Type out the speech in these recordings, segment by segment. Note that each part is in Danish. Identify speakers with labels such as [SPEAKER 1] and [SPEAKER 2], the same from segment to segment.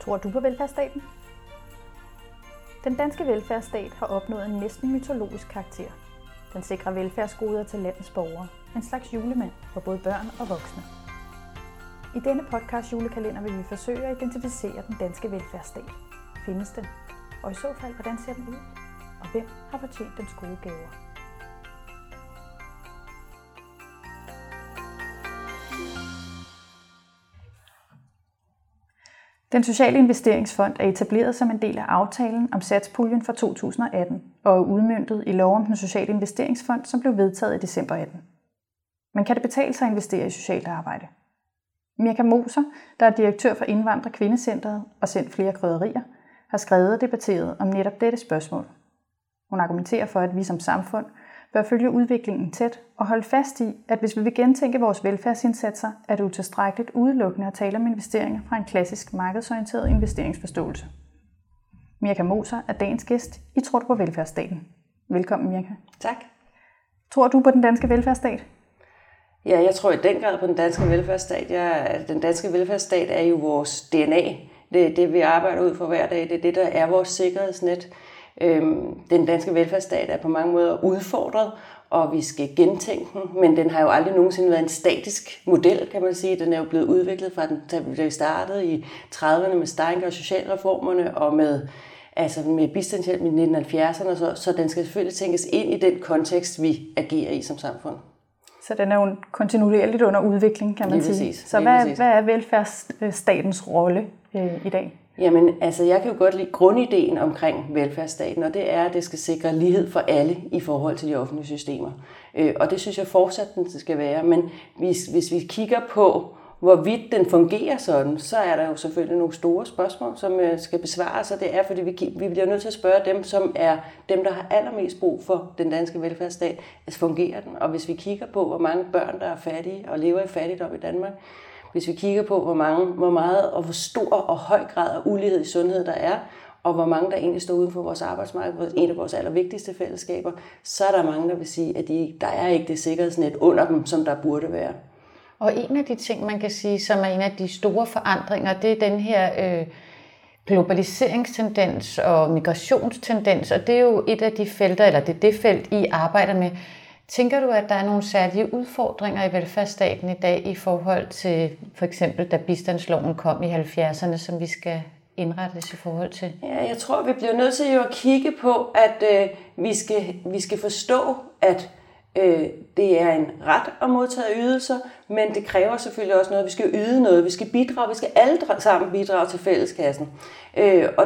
[SPEAKER 1] Tror du på velfærdsstaten? Den danske velfærdsstat har opnået en næsten mytologisk karakter. Den sikrer velfærdsgoder til landets borgere. En slags julemand for både børn og voksne. I denne podcast julekalender vil vi forsøge at identificere den danske velfærdsstat. Findes den? Og i så fald, hvordan ser den ud? Og hvem har fortjent dens gode gaver? Den Sociale Investeringsfond er etableret som en del af aftalen om satspuljen for 2018 og er udmøntet i lov om den Sociale Investeringsfond, som blev vedtaget i december 18. Men kan det betale sig at investere i socialt arbejde? Mirka Moser, der er direktør for Indvandrer Kvindecentret og Sendt Flere Krydderier, har skrevet og debatteret om netop dette spørgsmål. Hun argumenterer for, at vi som samfund bør følge udviklingen tæt og holde fast i, at hvis vi vil gentænke vores velfærdsindsatser, er det utilstrækkeligt udelukkende at tale om investeringer fra en klassisk markedsorienteret investeringsforståelse. Mirka Moser er dagens gæst i Tror du på velfærdsstaten? Velkommen, Mirka.
[SPEAKER 2] Tak.
[SPEAKER 1] Tror du på den danske velfærdsstat?
[SPEAKER 2] Ja, jeg tror i den grad på den danske velfærdsstat. Den danske velfærdsstat er jo vores DNA. Det er det, vi arbejder ud for hver dag. Det er det, der er vores sikkerhedsnet. Den danske velfærdsstat er på mange måder udfordret, og vi skal gentænke den, men den har jo aldrig nogensinde været en statisk model, kan man sige. Den er jo blevet udviklet fra da vi startede i 30'erne med Steinke og socialreformerne og med bistandshjælp i 1970'erne, så den skal selvfølgelig tænkes ind i den kontekst, vi agerer i som samfund.
[SPEAKER 1] Så den er jo kontinuerligt under udvikling, kan man
[SPEAKER 2] lige
[SPEAKER 1] sige.
[SPEAKER 2] Præcis,
[SPEAKER 1] så hvad er velfærdsstatens rolle i dag?
[SPEAKER 2] Jamen, jeg kan jo godt lide grundideen omkring velfærdsstaten, og det er, at det skal sikre lighed for alle i forhold til de offentlige systemer. Og det synes jeg fortsat, den skal være. Men hvis vi kigger på, hvorvidt den fungerer sådan, så er der jo selvfølgelig nogle store spørgsmål, som skal besvares, og det er, fordi vi bliver nødt til at spørge dem, som er dem, der har allermest brug for den danske velfærdsstat, at fungerer den. Og hvis vi kigger på, hvor mange børn, der er fattige og lever i fattigdom i Danmark, hvis vi kigger på, hvor meget og hvor stor og høj grad af ulighed i sundhed der er, og hvor mange der egentlig står uden for vores arbejdsmarked, en af vores allervigtigste fællesskaber, så er der mange, der vil sige, at der er ikke det sikkerhedsnet under dem, som der burde være.
[SPEAKER 3] Og en af de ting, man kan sige, som er en af de store forandringer, det er den her globaliseringstendens og migrationstendens, og det er jo et af de felter, eller det er det felt, I arbejder med. Tænker du, at der er nogle særlige udfordringer i velfærdsstaten i dag i forhold til for eksempel, da bistandsloven kom i 70'erne, som vi skal indrettes i forhold til?
[SPEAKER 2] Ja, jeg tror, vi bliver nødt til at kigge på, at vi skal forstå, at det er en ret at modtage ydelser, men det kræver selvfølgelig også noget. Vi skal yde noget, vi skal bidrage, vi skal alle sammen bidrage til fælleskassen. Og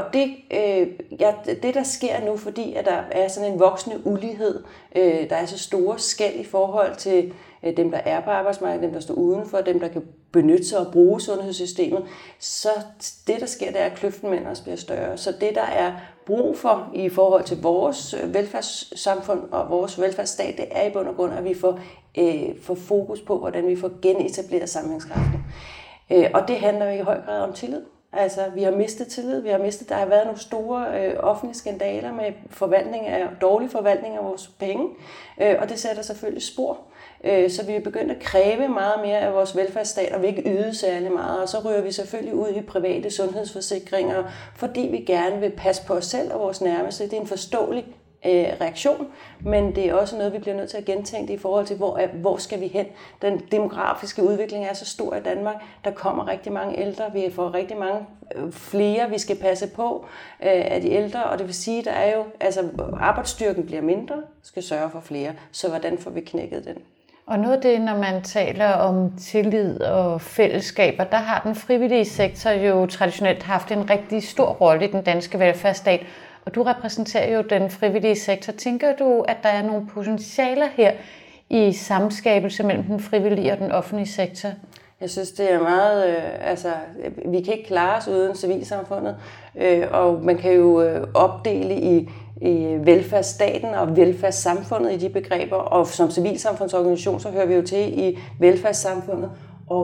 [SPEAKER 2] det der sker nu, fordi at der er sådan en voksende ulighed, der er så store skel i forhold til dem, der er på arbejdsmarkedet, dem, der står udenfor, dem, der kan benytte sig og bruge sundhedssystemet, så det, der sker, det er, at kløften mellem os bliver større. Så det, der er brug for i forhold til vores velfærdssamfund og vores velfærdsstat, det er i bund og grund, at vi får fokus på, hvordan vi får genetableret sammenhængskraften. Og det handler jo i høj grad om tillid. Altså, vi har mistet tillid, der har været nogle store offentlige skandaler med dårlig forvaltning af vores penge, og det sætter selvfølgelig spor. Så vi er begyndt at kræve meget mere af vores velfærdsstat, og vi ikke yde særlig meget, og så ryger vi selvfølgelig ud i private sundhedsforsikringer, fordi vi gerne vil passe på os selv og vores nærmeste. Det er en forståelig reaktion, men det er også noget, vi bliver nødt til at gentænke i forhold til, hvor skal vi hen. Den demografiske udvikling er så stor i Danmark. Der kommer rigtig mange ældre. Vi får rigtig mange flere, vi skal passe på af de ældre, og det vil sige, der er jo, arbejdsstyrken bliver mindre, skal sørge for flere. Så hvordan får vi knækket den?
[SPEAKER 3] Og noget af det, når man taler om tillid og fællesskaber, der har den frivillige sektor jo traditionelt haft en rigtig stor rolle i den danske velfærdsstat. Og du repræsenterer jo den frivillige sektor. Tænker du, at der er nogle potentialer her i samskabelse mellem den frivillige og den offentlige sektor?
[SPEAKER 2] Jeg synes, det er meget... vi kan ikke klare os uden civilsamfundet, og man kan jo opdele i velfærdsstaten og velfærdssamfundet i de begreber, og som civilsamfundsorganisation, så hører vi jo til i velfærdssamfundet. Og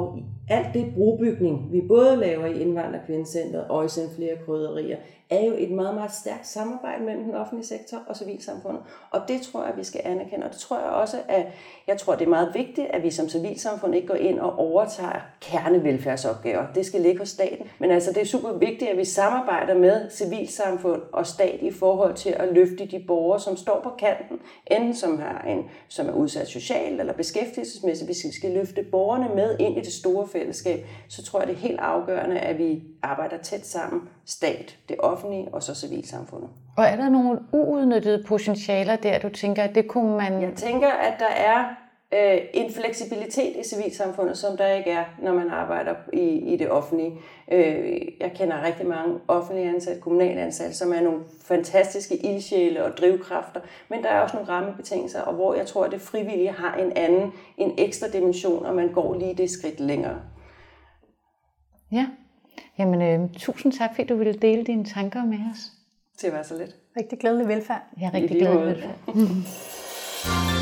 [SPEAKER 2] alt det brobygning, vi både laver i Indvandrerkvindecentret og i Send Flere Krydderier, er jo et meget, meget stærkt samarbejde mellem den offentlige sektor og civilsamfundet. Og det tror jeg, vi skal anerkende. Og det tror jeg også, at det er meget vigtigt, at vi som civilsamfund ikke går ind og overtager kernevelfærdsopgaver. Det skal ligge hos staten. Men altså, det er super vigtigt, at vi samarbejder med civilsamfund og stat i forhold til at løfte de borgere, som står på kanten, enten som er udsat socialt eller beskæftigelsesmæssigt. Hvis vi skal løfte borgerne med ind i det store fællesskab, så tror jeg, det er helt afgørende, at vi arbejder tæt sammen, stat, det offentlige og så civilsamfundet.
[SPEAKER 3] Og er der nogle uudnyttede potentialer der, du tænker, at det kunne man...
[SPEAKER 2] Jeg tænker, at der er en fleksibilitet i civilsamfundet, som der ikke er, når man arbejder i det offentlige. Jeg kender rigtig mange offentlige ansatte, kommunale ansatte, som er nogle fantastiske ildsjæle og drivkræfter, men der er også nogle rammebetingelser, og hvor jeg tror, at det frivillige har en ekstra dimension, og man går lige det skridt længere.
[SPEAKER 3] Ja, jamen tusind tak, fordi du ville dele dine tanker med os.
[SPEAKER 2] Det var så lidt.
[SPEAKER 1] Rigtig glædelig velfærd.
[SPEAKER 3] Ja, rigtig glædelig velfærd.